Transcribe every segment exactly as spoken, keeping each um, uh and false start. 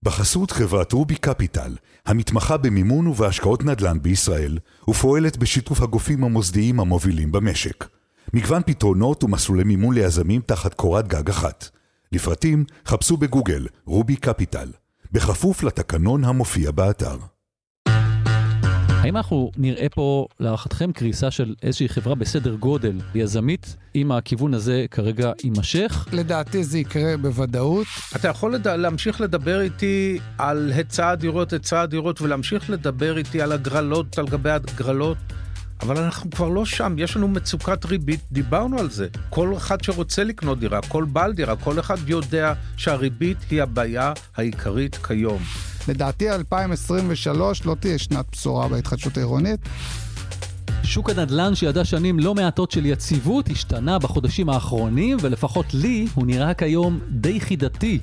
בחסות חברת רובי קפיטל, המתמחה במימון ובהשקעות נדל"ן בישראל, ופועלת בשיתוף הגופים המוסדיים המובילים במשק. מגוון פתרונות ומסלולי מימון ליזמים תחת קורת גג אחת. לפרטים חפשו בגוגל רובי קפיטל, בכפוף לתקנון המופיע באתר. האם אנחנו נראה פה להערכתכם קריסה של איזושהי חברה בסדר גודל יזמית, אם הכיוון הזה כרגע יימשך? לדעתי זה יקרה בוודאות. אתה יכול לד... להמשיך לדבר איתי על היצע הדירות, היצע הדירות, ולהמשיך לדבר איתי על הגרלות, על גבי הגרלות, אבל אנחנו כבר לא שם, יש לנו מצוקת ריבית, דיברנו על זה. כל אחד שרוצה לקנות דירה, כל בעל דירה, כל אחד יודע שהריבית היא הבעיה העיקרית כיום. לדעתי אלפיים עשרים ושלוש לא תהיה שנת בשורה בהתחדשות העירונית. שוק הנדל"ן שידע שנים לא מעטות של יציבות השתנה בחודשים האחרונים, ולפחות לי הוא נראה כיום די חידתי.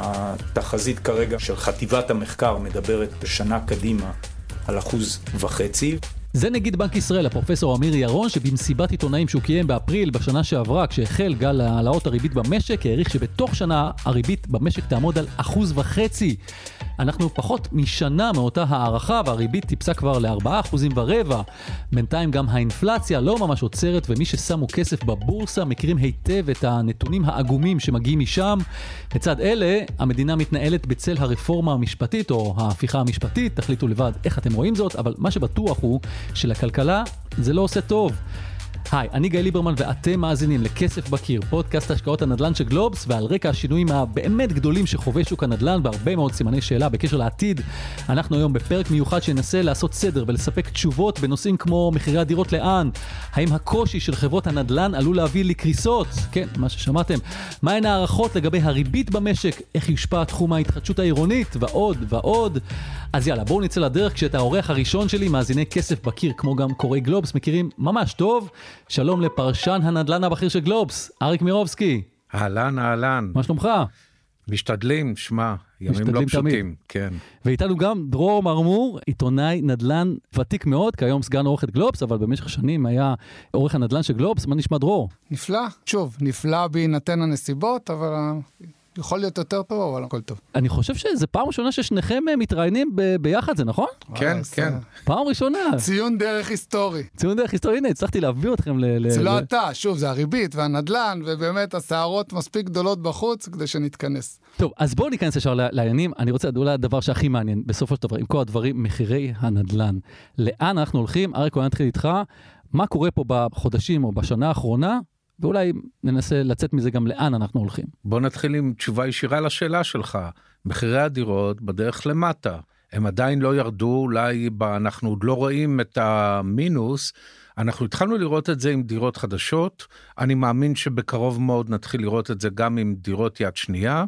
התחזית כרגע של חטיבת המחקר מדברת בשנה קדימה על אחוז וחצי. זה נגיד בנק ישראל, הפרופסור אמיר ירון, שבמסיבת עיתונאים שהוא קיים באפריל בשנה שעברה, כשהחל גל העלאות הריבית במשק, העריך שבתוך שנה הריבית במשק תעמוד על אחוז וחצי. אנחנו פחות משנה מאותה הערכה, והריבית טיפסה כבר לארבעה אחוזים ורבע. בינתיים גם האינפלציה לא ממש עוצרת, ומי ששמו כסף בבורסה מכירים היטב את הנתונים העגומים שמגיעים משם. לצד אלה, המדינה מתנהלת בצל הרפורמה המשפטית, או ההפיכה המשפטית, תחליטו לבד איך אתם רואים זאת, אבל מה שבטוח הוא שלכלכלה זה לא עושה טוב. היי, אני גיא ליברמן ואתם מאזינים לכסף בקיר, פודקאסט השקעות הנדל"ן של גלובס, ועל רקע השינויים הבאמת גדולים שחווה שוק הנדל"ן והרבה מאוד סימני שאלה בקשר לעתיד, אנחנו היום בפרק מיוחד שינסה לעשות סדר ולספק תשובות בנושאים כמו מחירי הדירות לאן, האם הקושי של חברות הנדל"ן עלול להביא לקריסות, כן, מה ששמעתם, מהן הערכות לגבי הריבית במשק, איך יושפע תחום ההתחדשות העירונית ועוד ועוד. אז יאללה, בואו נצא לדרך כשאת האורח הראשון שלי, מאזיני כסף בקיר, כמו גם קוראי גלובס, מכירים ממש טוב. שלום לפרשן הנדל"ן הבכיר של גלובס, אריק מירובסקי. אהלן, אהלן. מה שלומך? משתדלים, שמע, ימים לא פשוטים, כן. ואיתנו גם דרור מרמור, עיתונאי נדל"ן ותיק מאוד, כיום סגן עורכת גלובס, אבל במשך שנים היה עורך הנדל"ן של גלובס. מה נשמע דרור? נפלא, שוב, נפלא בהינתן הנסיבות, אבל יכול להיות יותר טוב, אבל הכל טוב. אני חושב שזה פעם ראשונה ששניכם מתראיינים ב- ביחד, זה נכון? כן, כן. פעם ראשונה. ציון דרך היסטורי. ציון דרך היסטורי, הנה, הצלחתי להביא אתכם ל... זה לא אתה, שוב, זה הריבית והנדל"ן, ובאמת הסערות מספיק גדולות בחוץ כדי שנתכנס. טוב, אז בואו ניכנס ישר לעניינים. אני רוצה לדעת, אולי הדבר שהכי מעניין, בסופו של דבר, עם כל הדברים, מחירי הנדל"ן. לאן אנחנו הולכים? אריק, אני אתחיל איתך. מה קורה פה בחודשים או בשנה האחרונה? ואולי ננסה לצאת מזה גם לאן אנחנו הולכים. בוא נתחיל עם תשובה ישירה לשאלה שלך. מחירי הדירות בדרך למטה. הם עדיין לא ירדו, אולי אנחנו עוד לא רואים את המינוס. אנחנו התחלנו לראות את זה עם דירות חדשות. אני מאמין שבקרוב מאוד נתחיל לראות את זה גם עם דירות יד שנייה.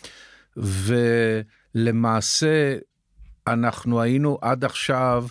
ולמעשה אנחנו היינו עד עכשיו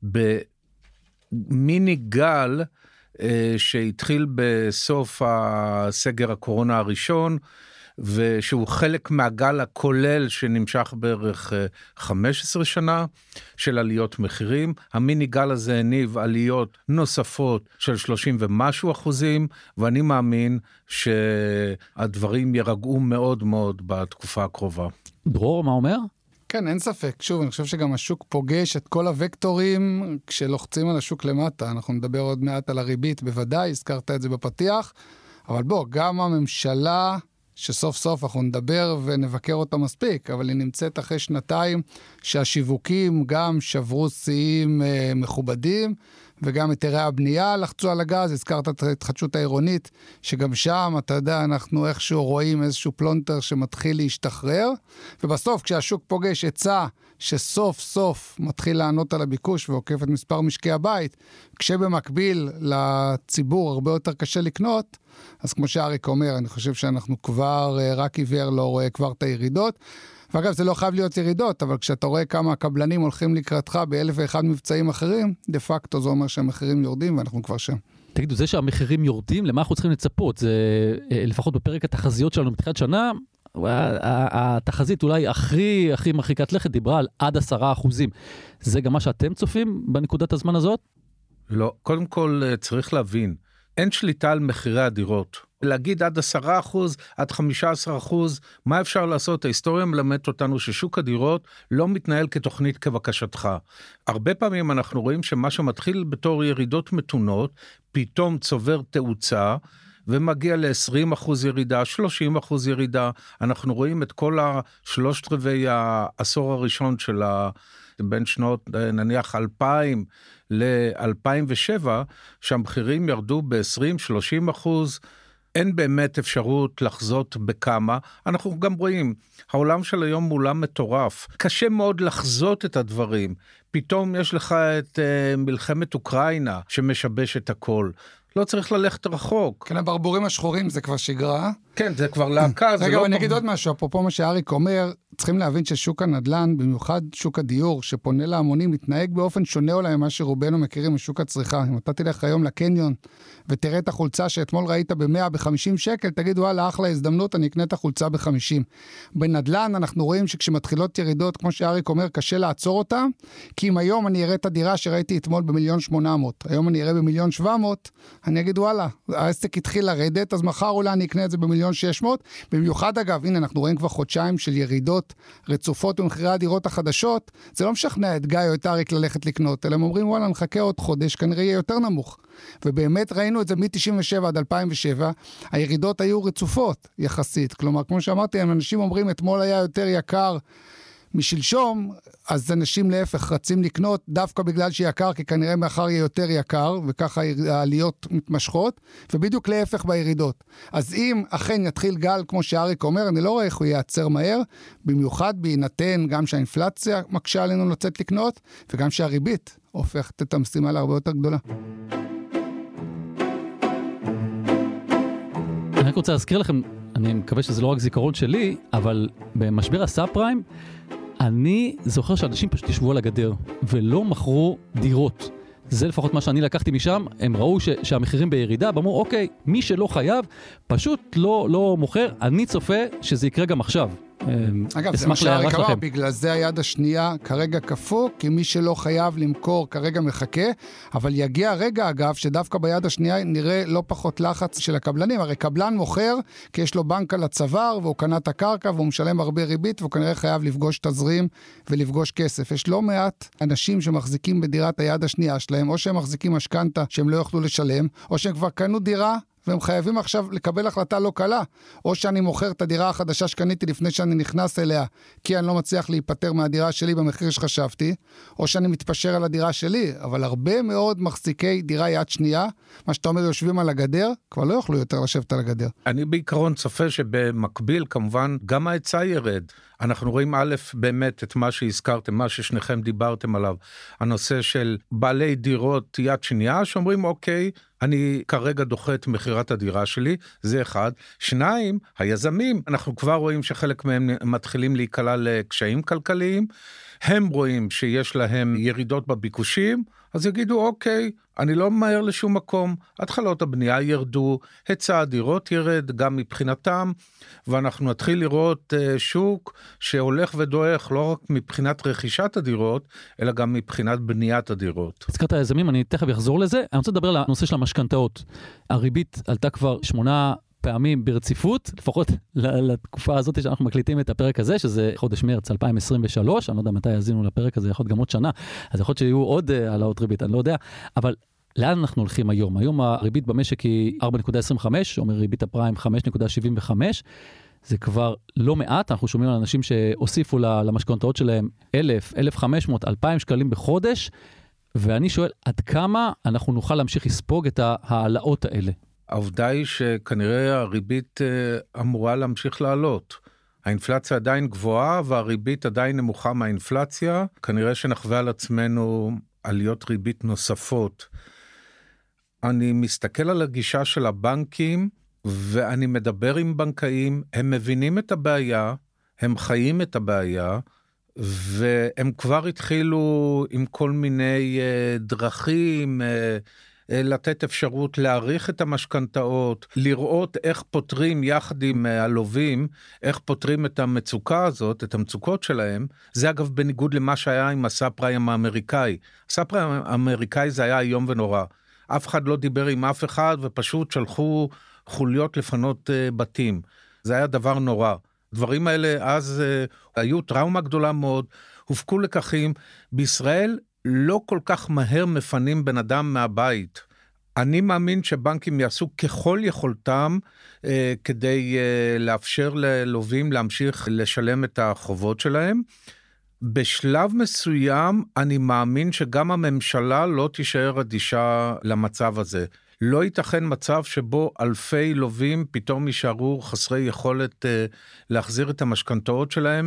במיני גל, שהתחיל בסוף הסגר הקורונה הראשון, ושהוא חלק מהגל הכולל שנמשך בערך חמש עשרה שנה של עליות מחירים. המיני גל הזה הניב עליות נוספות של שלושים ומשהו אחוזים, ואני מאמין שהדברים ירגעו מאוד מאוד בתקופה הקרובה. דרור, מה אומר? כן, אין ספק. שוב, אני חושב שגם השוק פוגש את כל הוקטורים כשלוחצים על השוק למטה. אנחנו נדבר עוד מעט על הריבית, בוודאי, הזכרת את זה בפתיח. אבל בוא, גם הממשלה, שסוף סוף אנחנו נדבר ונבקר אותה מספיק, אבל היא נמצאת אחרי שנתיים שהשיווקים גם שברו שיאים אה, מכובדים, וגם היתרי הבנייה לחצו על הגז. הזכרת את ההתחדשות העירונית, שגם שם, אתה יודע, אנחנו איכשהו רואים איזשהו פלונטר שמתחיל להשתחרר, ובסוף כשהשוק פוגש היצע שסוף סוף מתחיל לענות על הביקוש ועוקף את מספר משקי הבית, כשבמקביל לציבור הרבה יותר קשה לקנות, אז כמו שאריק אומר, אני חושב שאנחנו כבר, רק עיוור לא רואה כבר את הירידות, ואגב, זה לא חייב להיות ירידות, אבל כשאתה רואה כמה הקבלנים הולכים לקראתך באלף ואחד מבצעים אחרים, דה פקטו זה אומר שהמחירים יורדים, ואנחנו כבר שם. תגידו, זה שהמחירים יורדים, למה אנחנו צריכים לצפות? זה, לפחות בפרק התחזיות שלנו בתחילת שנה, התחזית אולי הכי, הכי מרחיקת לכת דיברה על עד עשרה אחוזים. זה גם מה שאתם צופים בנקודת הזמן הזאת? לא, קודם כל צריך להבין, אין שליטה על מחירי הדירות. להגיד עד עשרה אחוז, עד חמישה עשר אחוז, מה אפשר לעשות? ההיסטוריה מלמדת אותנו ששוק הדירות לא מתנהל כתוכנית כבקשתך. הרבה פעמים אנחנו רואים שמה שמתחיל בתור ירידות מתונות, פתאום צובר תאוצה, ומגיע ל-עשרים אחוז ירידה, שלושים אחוז ירידה. אנחנו רואים את כל השלושת רבעי העשור הראשון של ה... בין שנות נניח אלפיים ל-אלפיים ושבע, שהמחירים ירדו ב-עשרים שלושים אחוז, אין באמת אפשרות לחזות בכמה. אנחנו גם רואים, העולם של היום הוא עולם מטורף, קשה מאוד לחזות את הדברים. פתאום יש לך את uh, מלחמת אוקראינה שמשבש את הכל. לא צריך ללכת רחוק. כן, הברבורים השחורים זה כבר שגרה. כן, זה כבר להקה. רגע, אבל אני אגיד עוד משהו, אפרופו מה שאריק אומר, צריכים להבין ששוק הנדל"ן, במיוחד שוק הדיור, שפונה להמונים, מתנהג באופן שונה אולי ממה שרובנו מכירים משוק הצריכה. אם אתה תלך היום לקניון, ותראה את החולצה שאתמול ראית ב-מאה, ב-חמישים שקל, תגיד, וואלה, אחלה הזדמנות, אני אקנה את החולצה ב-חמישים. בנדל"ן אנחנו רואים שכשמתחילות ירידות, כמו שאריק אומר, קשה לעצור אותה, כי אם היום אני אראה את הדירה שראיתי אתמול במיליון שמונה מאות, היום אני אראה במיליון שבע מאות, אני אגיד, וואלה, העסק התחיל לרדת, אז מחר אולי אני אקנה את זה במיליון שש מאות. במיוחד אגב, הנה אנחנו רואים כבר חודשיים של ירידות רצופות במחירי הדירות החדשות, זה לא משכנע את גיא או את אריק ללכת לקנות, אלא הם אומרים, וואלה, נחכה עוד חודש, כנראה יהיה יותר נמוך. ובאמת ראינו את זה מ-תשעים ושבע עד אלפיים ושבע, הירידות היו רצופות יחסית. כלומר, כמו שאמרתי, אנשים אומרים, אתמול היה יותר יקר משלשום, אז אנשים להפך רצים לקנות דווקא בגלל שיקר, כי כנראה מאחר יהיה יותר יקר, וככה העליות מתמשכות, ובדיוק להפך בירידות. אז אם אכן יתחיל גל, כמו שאריק אומר, אני לא רואה איך הוא ייעצר מהר, במיוחד בהינתן גם שהאינפלציה מקשה עלינו לצאת לקנות, וגם שהריבית הופכת את המשימה להרבה יותר גדולה. אני רק רוצה להזכיר לכם, אני מקווה שזה לא רק זיכרון שלי, אבל במשבר הסאב פריים, אני זוכר שאנשים פשוט ישבו על הגדר, ולא מכרו דירות. זה לפחות מה שאני לקחתי משם, הם ראו ש- שהמחירים בירידה, ואמרו, אוקיי, מי שלא חייב, פשוט לא, לא מוכר, אני צופה שזה יקרה גם עכשיו. אגב, זה מה שאריק אמר, בגלל זה היד השנייה כרגע קפוא, כי מי שלא חייב למכור כרגע מחכה, אבל יגיע רגע אגב, שדווקא ביד השנייה נראה לא פחות לחץ של הקבלנים, הרי קבלן מוכר, כי יש לו בנק על הצוואר, והוא קנה את הקרקע, והוא משלם הרבה ריבית, והוא כנראה חייב לפגוש תזרים ולפגוש כסף. יש לא מעט אנשים שמחזיקים בדירת היד השנייה שלהם, או שהם מחזיקים משכנתה שהם לא יוכלו לשלם, או שהם כבר קנו דירה, והם חייבים עכשיו לקבל החלטה לא קלה, או שאני מוכר את הדירה החדשה שקניתי לפני שאני נכנס אליה, כי אני לא מצליח להיפטר מהדירה שלי במחיר שחשבתי, או שאני מתפשר על הדירה שלי, אבל הרבה מאוד מחזיקי דירה יד שנייה, מה שאתה אומר יושבים על הגדר, כבר לא יוכלו יותר לשבת על הגדר. אני בעיקרון צופה שבמקביל, כמובן, גם ההיצע ירד. אנחנו רואים א' באמת את מה שהזכרתם, מה ששניכם דיברתם עליו, הנושא של בעלי דירות יד שנייה, שאומרים אוקיי, אני כרגע דוחה את מחירת הדירה שלי, זה אחד. שניים, היזמים, אנחנו כבר רואים שחלק מהם מתחילים להיקלע לקשיים כלכליים, הם רואים שיש להם ירידות בביקושים, אז יגידו אוקיי, אני לא מהר לשום מקום, התחלות הבנייה ירדו, היצע הדירות ירד גם מבחינתם, ואנחנו נתחיל לראות uh, שוק שהולך ודועך לא רק מבחינת רכישת הדירות, אלא גם מבחינת בניית הדירות. הזכרת היזמים, אני תכף אחזור לזה, אני רוצה לדבר על הנושא של המשכנתאות. הריבית עלתה כבר שמונה פעמים ברציפות, לפחות לתקופה הזאת שאנחנו מקליטים את הפרק הזה, שזה חודש מרץ אלפיים עשרים ושלוש, אני לא יודע מתי יזינו לפרק הזה, יכול להיות גם עוד שנה, אז יכול להיות שיהיו עוד העלאות ריבית, אני לא יודע, אבל לאן אנחנו הולכים היום? היום הריבית במשק היא ארבע נקודה עשרים וחמש, אומר ריבית הפריים חמש נקודה שבעים וחמש, זה כבר לא מעט, אנחנו שומעים על אנשים שהוסיפו למשכנתאות שלהם אלף, אלף וחמש מאות, אלפיים שקלים בחודש, ואני שואל, עד כמה אנחנו נוכל להמשיך לספוג את ההעלאות האלה? העובדה היא שכנראה הריבית אמורה להמשיך לעלות. האינפלציה עדיין גבוהה והריבית עדיין נמוכה מהאינפלציה. כנראה שנחווה על עצמנו עליות ריבית נוספות. אני מסתכל על הגישה של הבנקים ואני מדבר עם בנקאים, הם מבינים את הבעיה, הם חיים את הבעיה, והם כבר התחילו עם כל מיני דרכים, לתת אפשרות להאריך את המשכנתאות, לראות איך פותרים יחד עם הלווים, איך פותרים את המצוקה הזאת, את המצוקות שלהם. זה אגב בניגוד למה שהיה עם הסאב פריים האמריקאי. הסאב פריים האמריקאי זה היה איום ונורא. אף אחד לא דיבר עם אף אחד, ופשוט שלחו חוליות לפנות בתים. זה היה דבר נורא. דברים האלה אז היו טראומה גדולה מאוד, הופקו לקחים. בישראל לא כל כך מהר מפנים בן אדם מהבית. אני מאמין שבנקים יעשו ככל יכולתם אה, כדי אה, לאפשר ללווים להמשיך לשלם את החובות שלהם. בשלב מסוים אני מאמין שגם הממשלה לא תישאר אדישה למצב הזה. לא ייתכן מצב שבו אלפי לווים פתאום יישארו חסרי יכולת אה, להחזיר את המשכנתאות שלהם,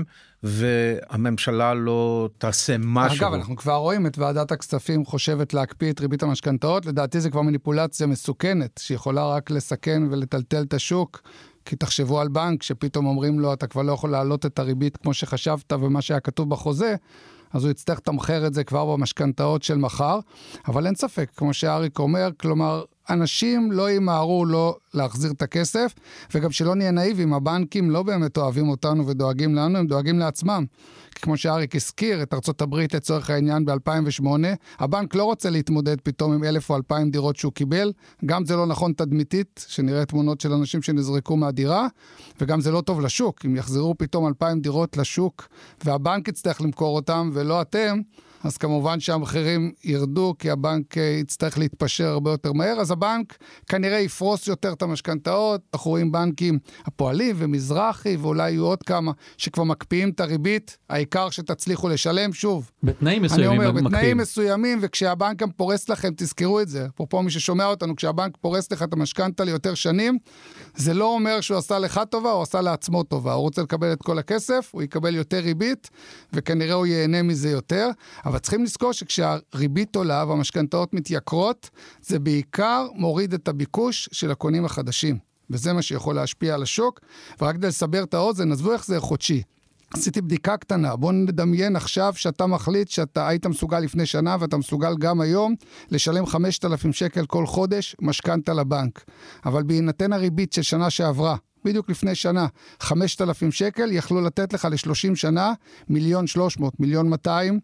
והממשלה לא תעשה משהו. אגב, אנחנו כבר רואים את ועדת הכספים חושבת להקפיא את ריבית המשכנתאות, לדעתי זה כבר מניפולציה מסוכנת, שיכולה רק לסכן ולטלטל את השוק, כי תחשבו על בנק שפתאום אומרים לו, אתה כבר לא יכול להעלות את הריבית כמו שחשבת ומה שהיה כתוב בחוזה, אז הוא יצטרך תמחר את זה כבר במשכנתאות של מחר, אבל אין ספק, כמו שאריק אומר, כלומר, אנשים לא ימהרו לא להחזיר את הכסף, וגם שלא נהיה נאיבים, הבנקים לא באמת אוהבים אותנו ודואגים לנו, הם דואגים לעצמם. כמו שאריק הזכיר, את ארצות הברית לצורך העניין ב-אלפיים ושמונה, הבנק לא רוצה להתמודד פתאום עם אלף או אלפיים דירות שהוא קיבל, גם זה לא נכון תדמיתית, שנראה תמונות של אנשים שנזרקו מהדירה, וגם זה לא טוב לשוק, אם יחזרו פתאום אלפיים דירות לשוק, והבנק יצטרך למכור אותם ולא אתם, אז כמובן שהמחירים ירדו, כי הבנק יצטרך להתפשר הרבה יותר מהר, אז הבנק כנראה יפרוס יותר את המשכנתאות, אנחנו רואים בנקים הפועלים ומזרחי, ואולי יהיו עוד כמה שכבר מקפיאים את הריבית, העיקר שתצליחו לשלם שוב. בתנאים מסוימים אני אומר, מקפיאים. בתנאים מסוימים, וכשהבנק גם פורס לכם, תזכרו את זה, אפרופו מי ששומע אותנו, כשהבנק פורס לך את המשכנתה ליותר שנים, זה לא אומר שהוא עשה לך טובה, הוא עשה לעצמו טובה, הוא רוצה לקבל את כל הכסף, הוא יקבל יותר ריבית, וכנראה הוא ייהנה מזה יותר, אבל צריכים לזכור שכשהריבית עולה והמשכנתאות מתייקרות, זה בעיקר מוריד את הביקוש של הקונים החדשים. וזה מה שיכול להשפיע על השוק. ורק כדי לסבר את האוזן, עזבו איך זה חודשי. עשיתי בדיקה קטנה, בוא נדמיין עכשיו שאתה מחליט שאתה היית מסוגל לפני שנה ואתה מסוגל גם היום לשלם חמשת אלפים שקל כל חודש משכנתה לבנק. אבל בהינתן הריבית של שנה שעברה, בדיוק לפני שנה, חמשת אלפים שקל יכלו לתת לך ל-שלושים שנה מיליון שלוש מאות, מיליון מאתיים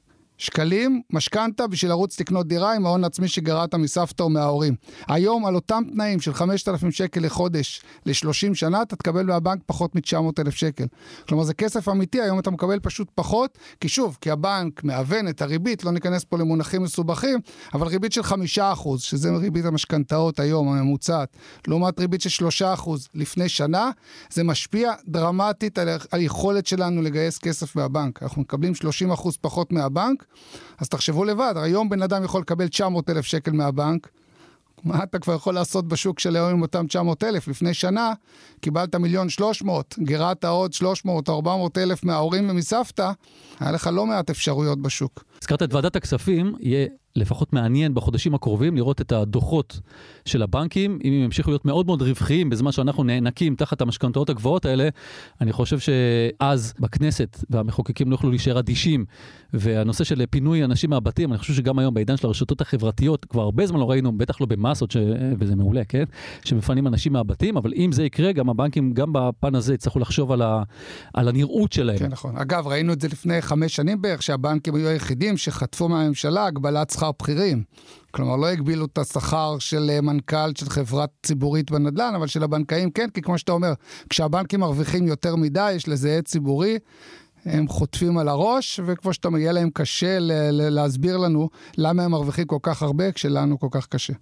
שקלים, משכנתה בשביל לרוץ לקנות דירה עם ההון עצמי שגרעת מסבתא או מההורים. היום על אותם תנאים של חמשת אלפים שקל לחודש ל-שלושים שנה, אתה תקבל מהבנק פחות מ-תשע מאות אלף שקל. כלומר, זה כסף אמיתי, היום אתה מקבל פשוט פחות, כי שוב, כי הבנק מאבן את הריבית, לא ניכנס פה למונחים מסובכים, אבל ריבית של חמישה אחוז, שזה ריבית המשכנתאות היום, הממוצעת, לעומת ריבית של שלושה אחוז לפני שנה, זה משפיע דרמטית על, על יכולת שלנו לגייס כסף מהבנק. אנחנו מקבלים שלושים אחוז פחות מהבנק, אז תחשבו לבד, היום בן אדם יכול לקבל תשע מאות אלף שקל מהבנק, מה אתה כבר יכול לעשות בשוק של היום עם אותם תשע מאות אלף? לפני שנה קיבלת מיליון שלוש מאות, גירעת עוד שלוש מאות ארבע מאות אלף מההורים ומסבתא, היה לך לא מעט אפשרויות בשוק. הזכרת את ועדת הכספים, יהיה לפחות מעניין בחודשים הקרובים לראות את הדוחות של הבנקים, אם הם ימשיכו להיות מאוד מאוד רווחיים בזמן שאנחנו נאנקים תחת המשכנתאות הגבוהות האלה, אני חושב שאז בכנסת והמחוקקים לא יוכלו להישאר אדישים, והנושא של פינוי אנשים מהבתים, אני חושב שגם היום בעידן של הרשתות החברתיות, כבר הרבה זמן לא ראינו, בטח לא במסות, ש... וזה מעולה, כן? שמפנים אנשים מהבתים, אבל אם זה יקרה, גם הבנקים, גם בפן הזה, יצטרכו לחשוב על, ה... על הנראות שלהם. כן, נכון. אגב, ראינו את זה לפני חמש שנים בערך, שהבנקים היו היחידים שחטפו מהממשלה הגבלת שכר בכירים. כלומר, לא הגבילו את השכר של מנכ"ל של חברת ציבורית בנדל"ן, אבל של הבנקאים כן, כי כמו שאתה אומר, כשהבנקים מרוויחים יותר מדי, יש לזה עד ציבורי, הם חוטפים על הראש, וכמו שאתה מגיע להם קשה ל- ל- להסביר לנו למה הם מרוויחים כל כך הרבה, כשלנו כל כך קשה.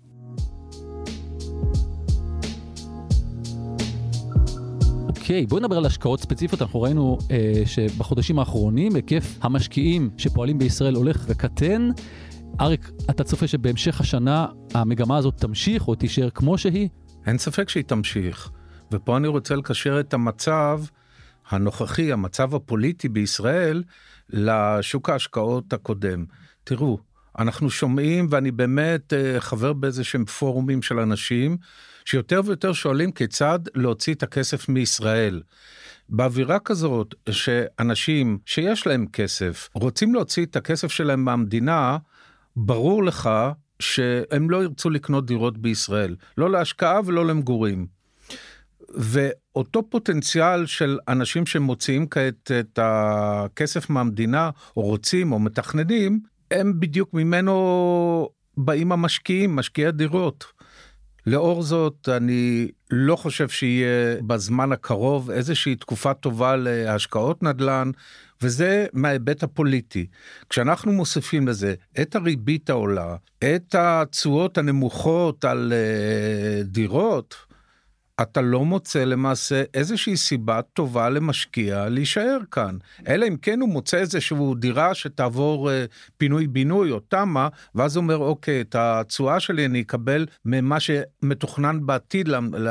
אוקיי, בואו נדבר על השקעות ספציפיות. אנחנו ראינו אה, שבחודשים האחרונים, היקף המשקיעים שפועלים בישראל הולך וקטן. אריק, אתה צופה שבהמשך השנה המגמה הזאת תמשיך או תישאר כמו שהיא? אין ספק שהיא תמשיך. ופה אני רוצה לקשר את המצב הנוכחי, המצב הפוליטי בישראל, לשוק ההשקעות הקודם. תראו, אנחנו שומעים, ואני באמת חבר באיזה שהם פורומים של אנשים, שיותר ויותר שואלים כיצד להוציא את הכסף מישראל. באווירה כזאת, שאנשים שיש להם כסף, רוצים להוציא את הכסף שלהם מהמדינה, ברור לך שהם לא ירצו לקנות דירות בישראל. לא להשקעה ולא למגורים. ואותו פוטנציאל של אנשים שמוציאים כעת את הכסף מהמדינה, או רוצים או מתכננים, הם בדיוק ממנו באים המשקיעים, משקיעי דירות. לאור זאת, אני לא חושב שיהיה בזמן הקרוב איזושהי תקופה טובה להשקעות נדל"ן, וזה מההיבט הפוליטי. כשאנחנו מוסיפים לזה את הריבית העולה, את התשואות הנמוכות על uh, דירות, אתה לא מוצא למעשה איזושהי סיבה טובה למשקיע להישאר כאן. אלא אם כן הוא מוצא איזשהו דירה שתעבור אה, פינוי-בינוי או תמה, ואז הוא אומר, אוקיי, את התשואה שלי אני אקבל ממה שמתוכנן בעתיד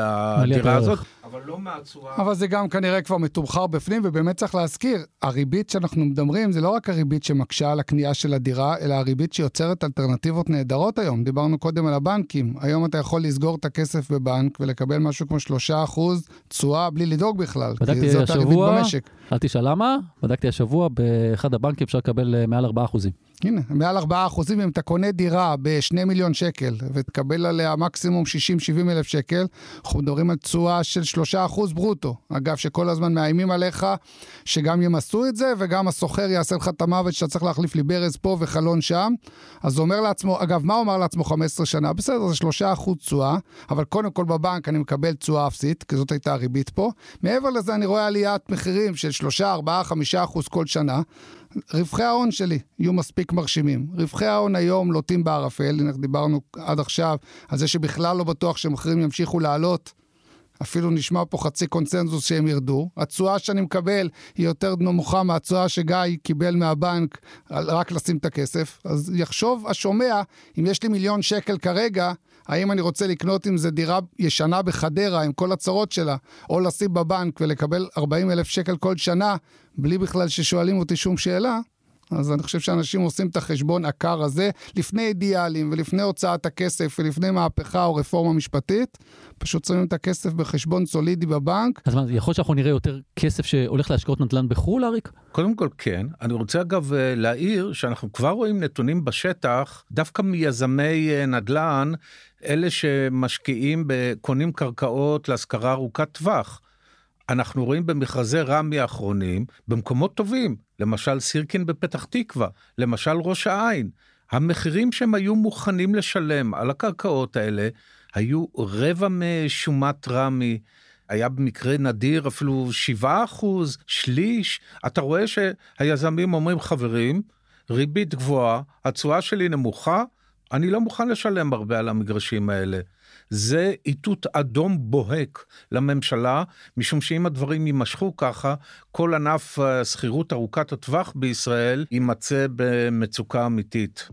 לדירה הזאת, אבל לא מהתשואה. אבל זה גם כנראה כבר מתומחר בפנים, ובאמת צריך להזכיר, הריבית שאנחנו מדברים, זה לא רק הריבית שמקשה על הקנייה של הדירה, אלא הריבית שיוצרת אלטרנטיבות נהדרות היום. דיברנו קודם על הבנקים. היום אתה יכול לסגור את הכסף בבנק ולקבל משהו כמו שלושה אחוז תשואה בלי לדאוג בכלל. בדקתי השבוע, אל תשאל למה, בדקתי השבוע, באחד הבנקים אפשר לקבל מעל ארבעה אחוזים. הנה, מעל ארבעה אחוזים, אם אתה קונה דירה בשני מיליון שקל, ותקבל עליה מקסימום שישים שבעים אלף שקל, אנחנו מדברים על תשואה של שלושה אחוז ברוטו. אגב, שכל הזמן מאיימים עליך, שגם ימסו את זה, וגם הסוחר יעשה לך את המוות, שאתה צריך להחליף לי ברז פה וחלון שם. אז הוא אומר לעצמו, אגב, מה הוא אומר לעצמו חמש עשרה שנה? בסדר, זה שלושה אחוז תשואה, אבל קודם כל בבנק אני מקבל תשואה אפסית, כי זאת הייתה הריבית פה. מעבר לזה אני רואה עליית מחירים של שלושה, ארבעה, חמישה אחוז כל שנה. רווחי ההון שלי יהיו מספיק מרשימים. רווחי ההון היום לוטים בערפל, אנחנו דיברנו עד עכשיו על זה שבכלל לא בטוח שמחירים ימשיכו לעלות, אפילו נשמע פה חצי קונצנזוס שהם ירדו. התשואה שאני מקבל היא יותר נמוכה מהתשואה שגיא קיבל מהבנק רק לשים את הכסף. אז יחשוב השומע, אם יש לי מיליון שקל כרגע, האם אני רוצה לקנות עם זה דירה ישנה בחדרה עם כל הצרות שלה, או לשים בבנק ולקבל ארבעים אלף שקל כל שנה, בלי בכלל ששואלים אותי שום שאלה. אז אני חושב שאנשים עושים את החשבון הקר הזה, לפני אידיאלים ולפני הוצאת הכסף ולפני מהפכה או רפורמה משפטית, פשוט שמים את הכסף בחשבון סולידי בבנק. אז מה, יכול שאנחנו נראה יותר כסף שהולך להשקעות נדל"ן בחו"ל, אריק? קודם כל כן. אני רוצה אגב להעיר שאנחנו כבר רואים נתונים בשטח, דווקא מיזמי נדל"ן, אלה שמשקיעים בקונים קרקעות להשכרה ארוכת טווח. אנחנו רואים במכרזי רמי האחרונים, במקומות טובים, למשל סירקין בפתח תקווה, למשל ראש העין, המחירים שהם היו מוכנים לשלם על הקרקעות האלה, היו רבע משומת רמי, היה במקרה נדיר אפילו שבעה אחוז, שליש. אתה רואה שהיזמים אומרים, חברים, ריבית גבוהה, התשואה שלי נמוכה, אני לא מוכן לשלם הרבה על המגרשים האלה. זה איתות אדום בוהק לממשלה, משום שאם הדברים יימשכו ככה, כל ענף שכירות ארוכת הטווח בישראל יימצא במצוקה אמיתית.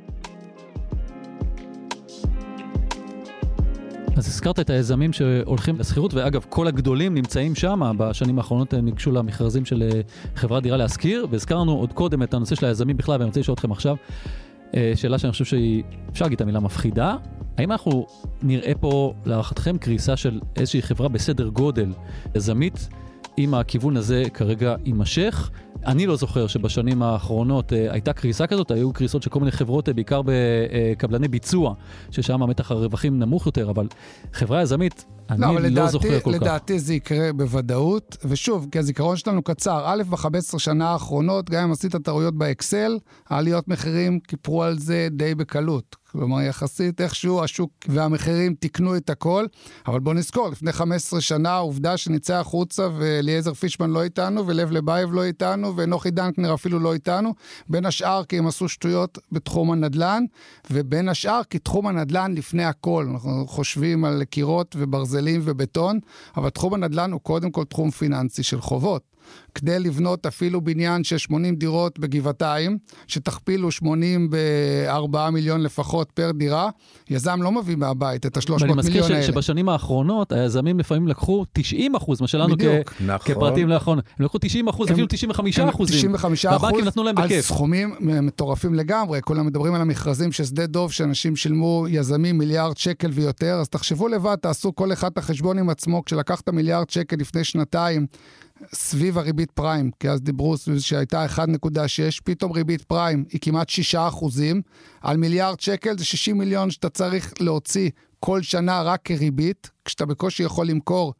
אז הזכרת את היזמים שהולכים לשכירות, ואגב, כל הגדולים נמצאים שם, בשנים האחרונות הם ניגשו למכרזים של חברת דירה להשכיר, והזכרנו עוד קודם את הנושא של היזמים בכלל, ואני רוצה לשאול אתכם עכשיו, שאלה שאני חושב שהיא, אפשר להגיד את המילה מפחידה, האם אנחנו נראה פה להערכתכם קריסה של איזושהי חברה בסדר גודל יזמית, אם הכיוון הזה כרגע יימשך? אני לא זוכר שבשנים האחרונות אה, הייתה קריסה כזאת, היו קריסות של כל מיני חברות, אה, בעיקר בקבלני ביצוע, ששם המתח הרווחים נמוך יותר, אבל חברה יזמית, אני לא, לא לדעתי, זוכר כל לדעתי כך. לדעתי זה יקרה בוודאות, ושוב, כי הזיכרון שלנו קצר, א' ב-חמש עשרה שנה האחרונות, גם אם עשית טעויות באקסל, העליות מחירים כיפרו על זה די בקלות. כלומר, יחסית איכשהו השוק והמחירים תקנו את הכל, אבל בוא נזכור, לפני חמש עשרה שנה, העובדה שניצא החוצה ואליעזר פישמן לא איתנו, ולב לבייב לא איתנו, ונוחי דנקנר אפילו לא איתנו, בין השאר כי הם עשו שטויות בתחום הנדלן, ובין השאר כי תחום הנדלן לפני הכל. אנחנו חושבים על קירות וברזלים ובטון, אבל תחום הנדלן הוא קודם כל תחום פיננסי של חובות. כדי לבנות אפילו בניין של שמונים דירות בגבעתיים, שתכפילו שמונים בארבעה מיליון לפחות פר דירה, יזם לא מביא מהבית את ה-שלוש מאות מיליון האלה. ואני מזכיר שבשנים האחרונות, היזמים לפעמים לקחו תשעים אחוז, מה שלנו כפרטים לאחרון, הם לקחו תשעים אחוז, אפילו תשעים וחמישה אחוז, והבנקים נתנו להם בכיף. על סכומים מטורפים לגמרי, כולם מדברים על המכרזים ששדה דוב, שאנשים שילמו יזמים מיליארד שקל ויותר, אז תחשבו לבד, תעשו כל אחד את החשבון עם עצמו, כשלקחת מיליארד שקל לפני שנתיים, סביב הריבית פריים, כי אז דיברו שהייתה אחת נקודה שש, פתאום ריבית פריים היא כמעט שישה אחוזים, על מיליארד שקל זה שישים מיליון שאתה צריך להוציא כל שנה רק כריבית, כשאתה בקושי יכול למכור,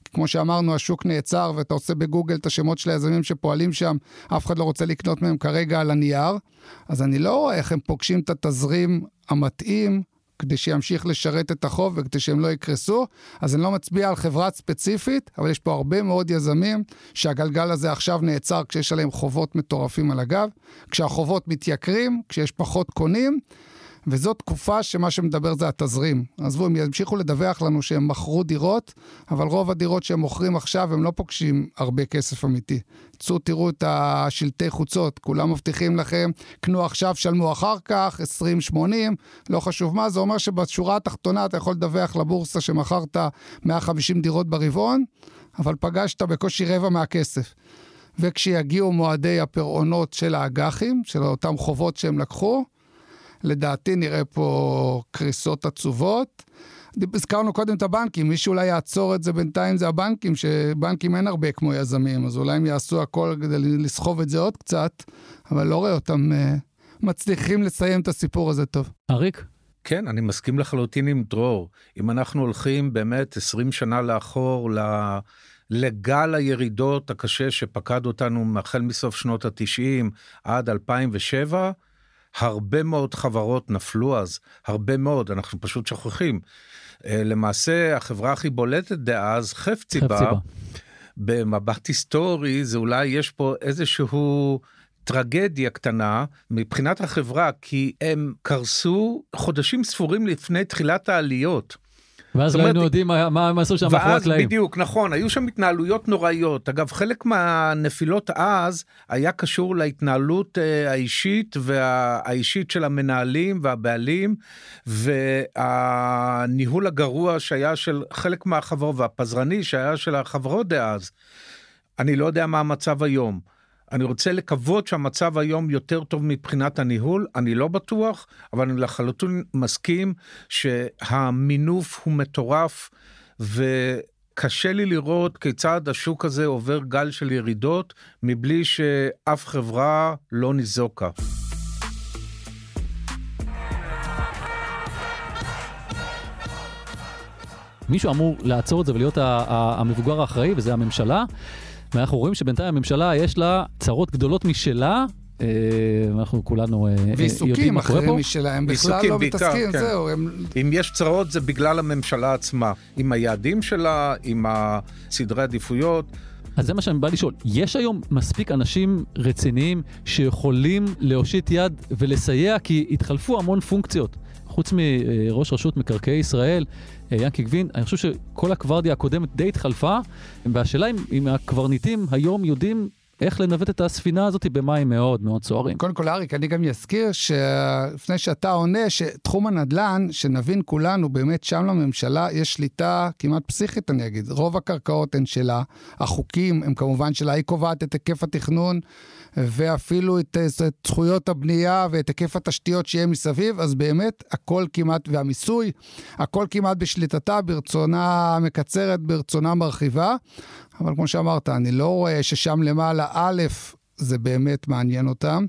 כמו שאמרנו, השוק נעצר, ואתה עושה בגוגל את השמות של היזמים שפועלים שם, אף אחד לא רוצה לקנות מהם כרגע על הנייר, אז אני לא רואה איך הם פוגשים את התזרים המתאים, כדי שימשיך לשרת את החוב וכדי שהם לא יקרסו, אז אני לא מצביע על חברה ספציפית, אבל יש פה הרבה מאוד יזמים שהגלגל הזה עכשיו נעצר כשיש עליהם חובות מטורפים על הגב, כשהחובות מתייקרים, כשיש פחות קונים, וזו תקופה שמה שמדבר זה התזרים. עזבו, הם ימשיכו לדווח לנו שהם מכרו דירות, אבל רוב הדירות שהם מוכרים עכשיו הם לא פוגשים הרבה כסף אמיתי. צאו, תראו את השלטי חוצות, כולם מבטיחים לכם, קנו עכשיו, שלמו אחר כך, עשרים שמונים, לא חשוב מה, זה אומר שבשורה התחתונה אתה יכול לדווח לבורסה שמכרת מאה וחמישים דירות ברבעון, אבל פגשת בקושי רבע מהכסף. וכשיגיעו מועדי הפירעונות של האג"חים, של אותם חובות שהם לקחו, לדעתי נראה פה קריסות עצובות. הזכרנו קודם את הבנקים, מי שאולי יעצור את זה בינתיים זה הבנקים, שבנקים אין הרבה כמו יזמים, אז אולי הם יעשו הכל כדי לסחוב את זה עוד קצת, אבל לא רואה אותם uh, מצליחים לסיים את הסיפור הזה טוב. אריק? כן, אני מסכים לחלוטין עם דרור. אם אנחנו הולכים באמת עשרים שנה לאחור לגל הירידות הקשה שפקד אותנו החל מסוף שנות ה-תשעים עד אלפיים ושבע, הרבה מאוד חברות נפלו אז, הרבה מאוד, אנחנו פשוט שוכחים. למעשה, החברה הכי בולטת דאז, חפציבה, במבט היסטורי, זה אולי יש פה איזשהו טרגדיה קטנה, מבחינת החברה, כי הם קרסו חודשים ספורים לפני תחילת העליות. ואז לא היינו יודעים מה הם עשו שם מאחורי הקלעים. ואז בדיוק, נכון, היו שם התנהלויות נוראיות. אגב, חלק מהנפילות אז היה קשור להתנהלות האישית והאישית של המנהלים והבעלים, והניהול הגרוע שהיה של חלק מהחברות, והפזרני שהיה של החברות דאז. אני לא יודע מה המצב היום. אני רוצה לקוות שהמצב היום יותר טוב מבחינת הניהול, אני לא בטוח, אבל אני לחלוטין מסכים שהמינוף הוא מטורף, וקשה לי לראות כיצד השוק הזה עובר גל של ירידות, מבלי שאף חברה לא ניזוקה. מישהו אמור לעצור את זה ולהיות המבוגר האחראי, וזה הממשלה, ואנחנו רואים שבינתיים הממשלה יש לה צרות גדולות משלה, אנחנו כולנו יודעים מה קורה פה. ועיסוקים משלה, הם בכלל לא מתעסקים, זהו. אם יש צרות זה בגלל הממשלה עצמה, עם היעדים שלה, עם הסדרי עדיפויות. אז זה מה שאני בא לשאול, יש היום מספיק אנשים רציניים שיכולים להושיט יד ולסייע, כי התחלפו המון פונקציות. חוץ מראש רשות מקרקעי ישראל, ינקי גבין, אני חושב שכל הקוורדיה הקודמת די התחלפה, והשאלה אם, אם הקברניטים היום יודעים איך לנווט את הספינה הזאת במים מאוד מאוד סוערים. קודם כל, אריק, אני גם אזכיר שלפני שאתה עונה, שתחום הנדל"ן, שנבין כולנו, באמת שם לממשלה יש שליטה כמעט פסיכית, אני אגיד. רוב הקרקעות הן שלה, החוקים הם כמובן שלה, היא קובעת את היקף התכנון, ואפילו את זכויות הבנייה ואת היקף התשתיות שיהיה מסביב, אז באמת הכל כמעט, והמיסוי, הכל כמעט בשליטתה, ברצונה מקצרת, ברצונה מרחיבה, אבל כמו שאמרת, אני לא רואה ששם למעלה, א', זה באמת מעניין אותם,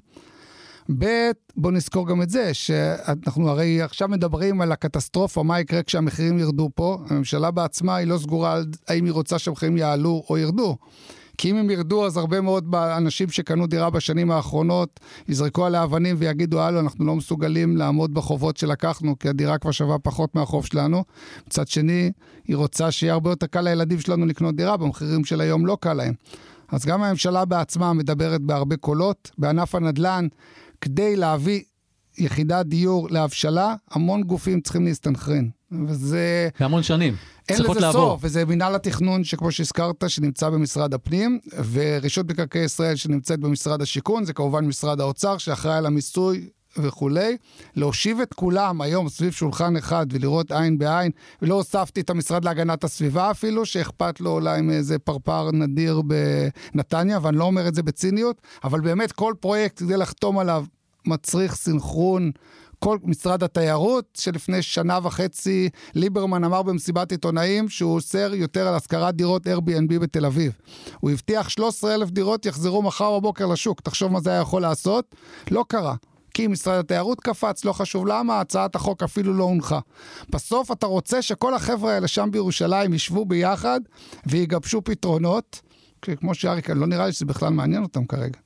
ב', בוא נזכור גם את זה, שאנחנו הרי עכשיו מדברים על הקטסטרופה, מה יקרה כשהמחירים ירדו פה, הממשלה בעצמה היא לא סגורה על האם היא רוצה שהמחירים יעלו או ירדו, כי אם הם ירדו, אז הרבה מאוד אנשים שקנו דירה בשנים האחרונות, יזרקו עליה אבנים ויגידו, הלו, אנחנו לא מסוגלים לעמוד בחובות שלקחנו, כי הדירה כבר שווה פחות מהחוב שלנו. מצד שני, היא רוצה שיהיה הרבה יותר קל לילדים שלנו לקנות דירה, במחירים של היום לא קל להם. אז גם הממשלה בעצמה מדברת בהרבה קולות, בענף הנדל"ן, כדי להביא יחידת דיור להבשלה, המון גופים צריכים להסתנכרן. וזה... המון שנים. אין לזה לעבור. סוף, וזה מנהל התכנון שכמו שהזכרת, שנמצא במשרד הפנים, ורשות מקרקעי ישראל שנמצאת במשרד השיכון, זה כמובן משרד האוצר, שאחראי על המיסוי וכולי. להושיב את כולם היום סביב שולחן אחד, ולראות עין בעין, ולא הוספתי את המשרד להגנת הסביבה אפילו, שאכפת לו אולי מאיזה פרפר נדיר בנתניה, ואני לא אומר את זה בציניות, אבל באמת כל פרויקט כדי לחתום עליו, מצריך סינכרון, כל משרד התיירות, שלפני שנה וחצי ליברמן אמר במסיבת עיתונאים שהוא אוסר יותר על השכרת דירות Airbnb בתל אביב. הוא הבטיח שלושה עשר אלף דירות יחזרו מחר בבוקר לשוק. תחשוב מה זה היה יכול לעשות? לא קרה. העסקים, משרד התיירות קפץ, לא חשוב למה, הצעת החוק אפילו לא הונחה. בסוף אתה רוצה שכל החבר'ה האלה שם בירושלים ישבו ביחד ויגבשו פתרונות, כמו שאריק, לא נראה לי שזה בכלל מעניין אותם כרגע.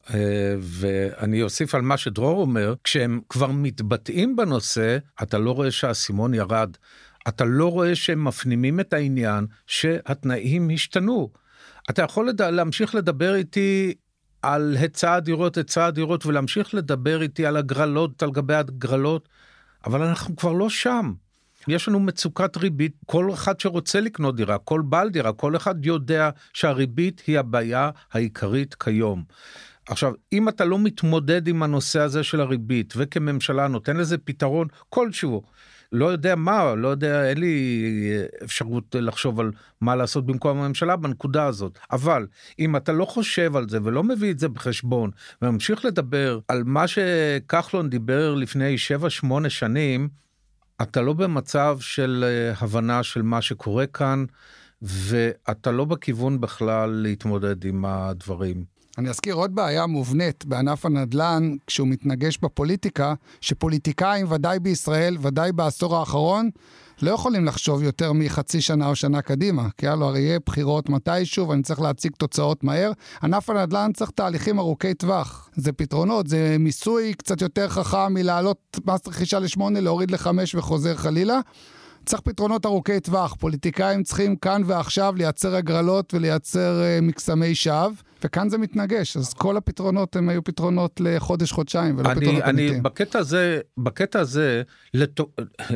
ואני אוסיף על מה שדרור אומר, כשהם כבר מתבטאים בנושא, אתה לא רואה שהסימון ירד, אתה לא רואה שהם מפנימים את העניין שהתנאים השתנו. אתה יכול לד... להמשיך לדבר איתי על היצע הדירות, היצע הדירות, ולהמשיך לדבר איתי על הגרלות, על גבי הגרלות, אבל אנחנו כבר לא שם. יש לנו מצוקת ריבית, כל אחד שרוצה לקנות דירה, כל בעל דירה, כל אחד יודע שהריבית היא הבעיה העיקרית כיום. עכשיו, אם אתה לא מתמודד עם הנושא הזה של הריבית, וכממשלה נותן לזה פתרון כלשהו, לא יודע מה, לא יודע, אין לי אפשרות לחשוב על מה לעשות במקום הממשלה בנקודה הזאת. אבל אם אתה לא חושב על זה ולא מביא את זה בחשבון, וממשיך לדבר על מה שכחלון דיבר לפני שבע שמונה שנים, אתה לא במצב של הבנה של מה שקורה כאן, ואתה לא בכיוון בכלל להתמודד עם הדברים. אני אזכיר עוד בעיה מובנית בענף הנדל"ן, כשהוא מתנגש בפוליטיקה, שפוליטיקאים ודאי בישראל, ודאי בעשור האחרון, לא יכולים לחשוב יותר מחצי שנה או שנה קדימה, כי הלו הרי יהיה בחירות מתישהו, ואני צריך להציג תוצאות מהר. ענף הנדל"ן צריך תהליכים ארוכי טווח. זה פתרונות, זה מיסוי קצת יותר חכם מלהעלות מס רכישה לשמונה, להוריד לחמש וחוזר חלילה. צריך פתרונות ארוכי טווח. פוליטיקאים צריכים כאן ועכשיו לייצר הגרלות ולייצר uh, מקסמי שווא, וכאן זה מתנגש. אז כל הפתרונות הם היו פתרונות לחודש, חודשיים, ולא אני, פתרונות אני, אמיתיים. בקטע הזה, בקטע הזה, לתו...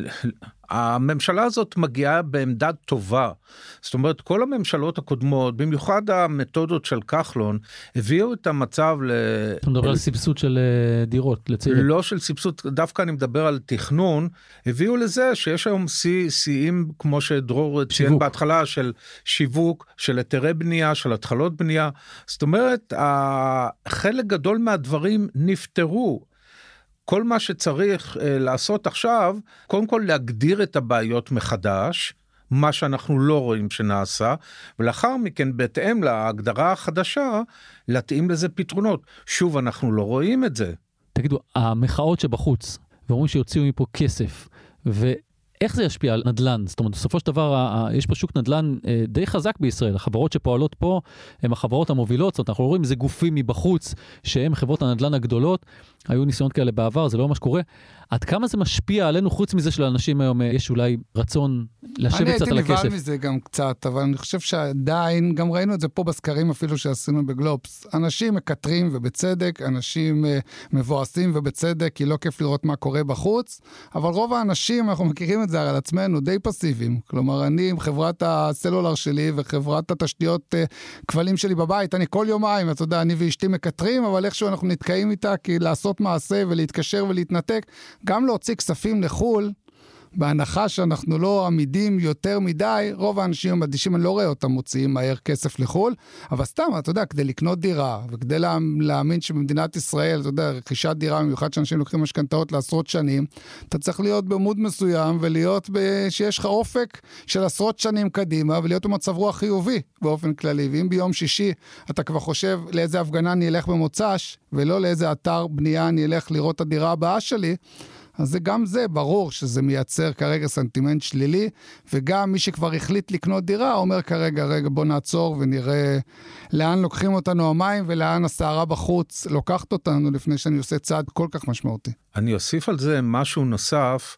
הממשלה הזאת מגיעה בעמדה טובה. זאת אומרת, כל הממשלות הקודמות, במיוחד המתודות של כחלון, הביאו את המצב ל... אתה מדבר על סבסוד של דירות, לצעירים. לא של סבסוד, דווקא אני מדבר על תכנון, הביאו לזה שיש היום שיאים, כמו שדרור ציין בהתחלה, של שיווק, של היתרי בנייה, של התחלות בנייה. זאת אומרת, חלק גדול מהדברים נפטרו. כל מה שצריך uh, לעשות עכשיו, קודם כל להגדיר את הבעיות מחדש, מה שאנחנו לא רואים שנעשה, ולאחר מכן בהתאם להגדרה החדשה, להתאים לזה פתרונות. שוב, אנחנו לא רואים את זה. תגידו, המחאות שבחוץ, ואומרים שיוציאו מפה כסף, ו... איך זה ישפיע על נדל"ן? זאת אומרת, בסופו של דבר, יש פה שוק נדל"ן די חזק בישראל. החברות שפועלות פה, הן החברות המובילות. זאת אומרת, אנחנו רואים איזה גופים מבחוץ, שהן חברות הנדל"ן הגדולות. היו ניסיונות כאלה בעבר, זה לא מה שקורה. עד כמה זה משפיע עלינו, חוץ מזה שלאנשים היום יש אולי רצון לשבת קצת על הכסף? אני הייתי נבהל מזה גם קצת, אבל אני חושב שעדיין, גם ראינו את זה פה בסקרים אפילו שעשינו בגלובס. אנשים מקטרים ובצדק, אנשים מבואסים ובצדק, כי לא כיף לראות מה קורה בחוץ, אבל רוב האנשים, אנחנו מכירים את זה על עצמנו, די פסיביים. כלומר, אני עם חברת הסלולר שלי וחברת התשתיות כבלים שלי בבית, אני כל יומיים, אתה יודע, אני ואשתי מקטרים, אבל איכשהו אנחנו נתקעים איתה, כי לעשות מעשה ולהתקשר ולהתנתק, גם להוציא כספים לחול, בהנחה שאנחנו לא עמידים יותר מדי, רוב האנשים המדישים, אני לא רואה אותם מוציאים מהר כסף לחול, אבל סתם, אתה יודע, כדי לקנות דירה, וכדי לה, להאמין שבמדינת ישראל, אתה יודע, רכישת דירה, במיוחד שאנשים לוקחים משכנתאות לעשרות שנים, אתה צריך להיות בעמוד מסוים, ולהיות ב... שיש לך אופק של עשרות שנים קדימה, ולהיות במצב רוח חיובי באופן כללי, ואם ביום שישי אתה כבר חושב לאיזה הפגנה אני אלך במוצ"ש, ולא לאיזה אתר בנייה אני אלך לראות את הדירה הבאה שלי, אז זה גם זה, ברור שזה מייצר כרגע סנטימנט שלילי, וגם מי שכבר החליט לקנות דירה, אומר כרגע, רגע, בוא נעצור ונראה לאן לוקחים אותנו המים, ולאן הסערה בחוץ לוקחת אותנו, לפני שאני עושה צעד כל כך משמעותי. אני אוסיף על זה משהו נוסף,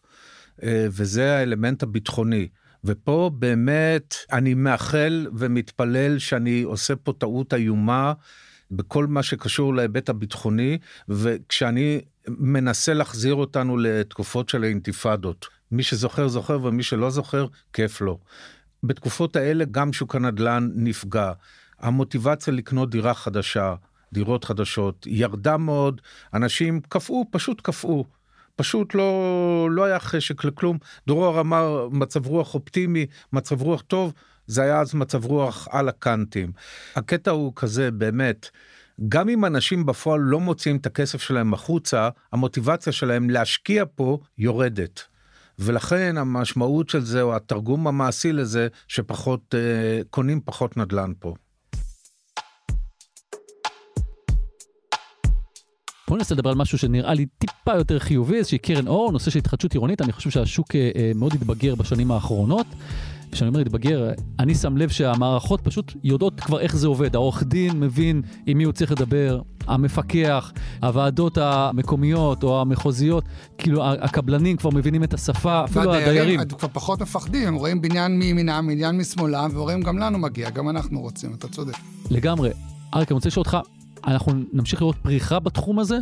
וזה האלמנט הביטחוני. ופה באמת אני מאחל ומתפלל שאני עושה פה טעות איומה, בכל מה שקשור להיבט הביטחוני, וכשאני מנסה להחזיר אותנו לתקופות של האינתיפאדות. מי שזוכר זוכר ומי שלא זוכר, כיף לו. בתקופות האלה גם שוק הנדל"ן נפגע. המוטיבציה לקנות דירה חדשה, דירות חדשות, ירדה מאוד. אנשים קפאו, פשוט קפאו. פשוט לא, לא היה חשק לכלום. דרור אמר מצב רוח אופטימי, מצב רוח טוב, זה היה אז מצב רוח על הקנטים. הקטע הוא כזה באמת, גם אם אנשים בפועל לא מוצאים את הכסף שלהם החוצה, המוטיבציה שלהם להשקיע פה יורדת. ולכן המשמעות של זה, או התרגום המעשי לזה, שפחות, אה, קונים פחות נדל"ן פה. בואו ננסה לדבר על משהו שנראה לי טיפה יותר חיובי, איזושהי קרן אור, נושא של התחדשות עירונית. אני חושב שהשוק אה, מאוד התבגר בשנים האחרונות. כשאני אומר התבגר, אני שם לב שהמערכות פשוט יודעות כבר איך זה עובד. העורך דין מבין עם מי הוא צריך לדבר, המפקח, הוועדות המקומיות או המחוזיות, כאילו הקבלנים כבר מבינים את השפה, אפילו הדיירים. כבר פחות מפחדים, הם רואים בניין מימינם, בניין משמאלם, ורואים גם לנו מגיע, גם אנחנו רוצים, אתה צודק. לגמרי. אריק, אני רוצה לשאול אותך, אנחנו נמשיך לראות פריחה בתחום הזה?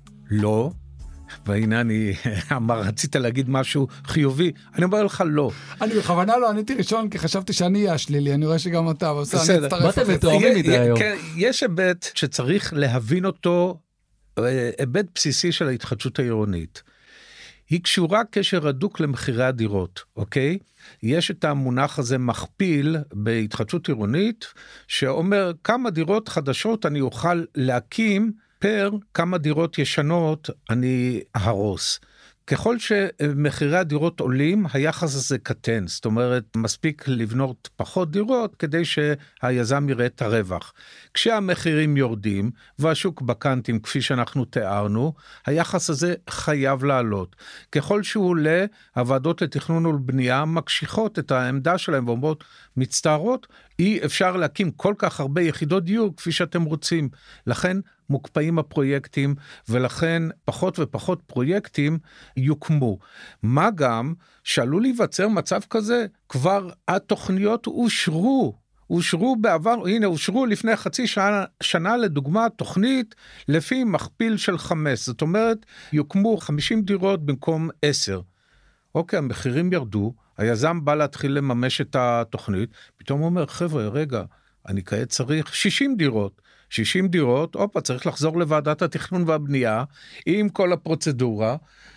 לא. והנה אני אמר, רצית להגיד משהו חיובי, אני אומר לך לא. אני בכוונה לא עניתי ראשון, כי חשבתי שאני אהיה השלילי, אני רואה שגם אתה, אבל אני אצטרף באתם מתואמים מדי היום. יש היבט שצריך להבין אותו, היבט בסיסי של ההתחדשות העירונית. היא קשורה קשר הדוק למחירי הדירות, אוקיי? יש את המונח הזה מכפיל בהתחדשות עירונית, שאומר כמה דירות חדשות אני אוכל להקים, פר כמה דירות ישנות אני אהרוס. ככל שמחירי הדירות עולים, היחס הזה קטן. זאת אומרת, מספיק לבנות פחות דירות כדי שהיזם יראה את הרווח. כשהמחירים יורדים, והשוק בקנטים כפי שאנחנו תיארנו, היחס הזה חייב לעלות. ככל שהוא עולה, הוועדות לתכנון ולבנייה מקשיחות את העמדה שלהם ואומרות, מצטערות, אי אפשר להקים כל כך הרבה יחידות דיור כפי שאתם רוצים. לכן מוקפאים הפרויקטים, ולכן פחות ופחות פרויקטים יוקמו. מה גם שעלול להיווצר מצב כזה, כבר התוכניות אושרו, אושרו בעבר, הנה אושרו לפני חצי שנה, שנה לדוגמה תוכנית לפי מכפיל של חמש, זאת אומרת יוקמו חמישים דירות במקום עשר. אוקיי, המחירים ירדו, היזם בא להתחיל לממש את התוכנית, פתאום הוא אומר, חבר'ה, רגע, אני כעת צריך שישים דירות, שישים דירות, אופה, צריך לחזור לוועדת התכנון והבנייה, עם כל הפרוצדורה,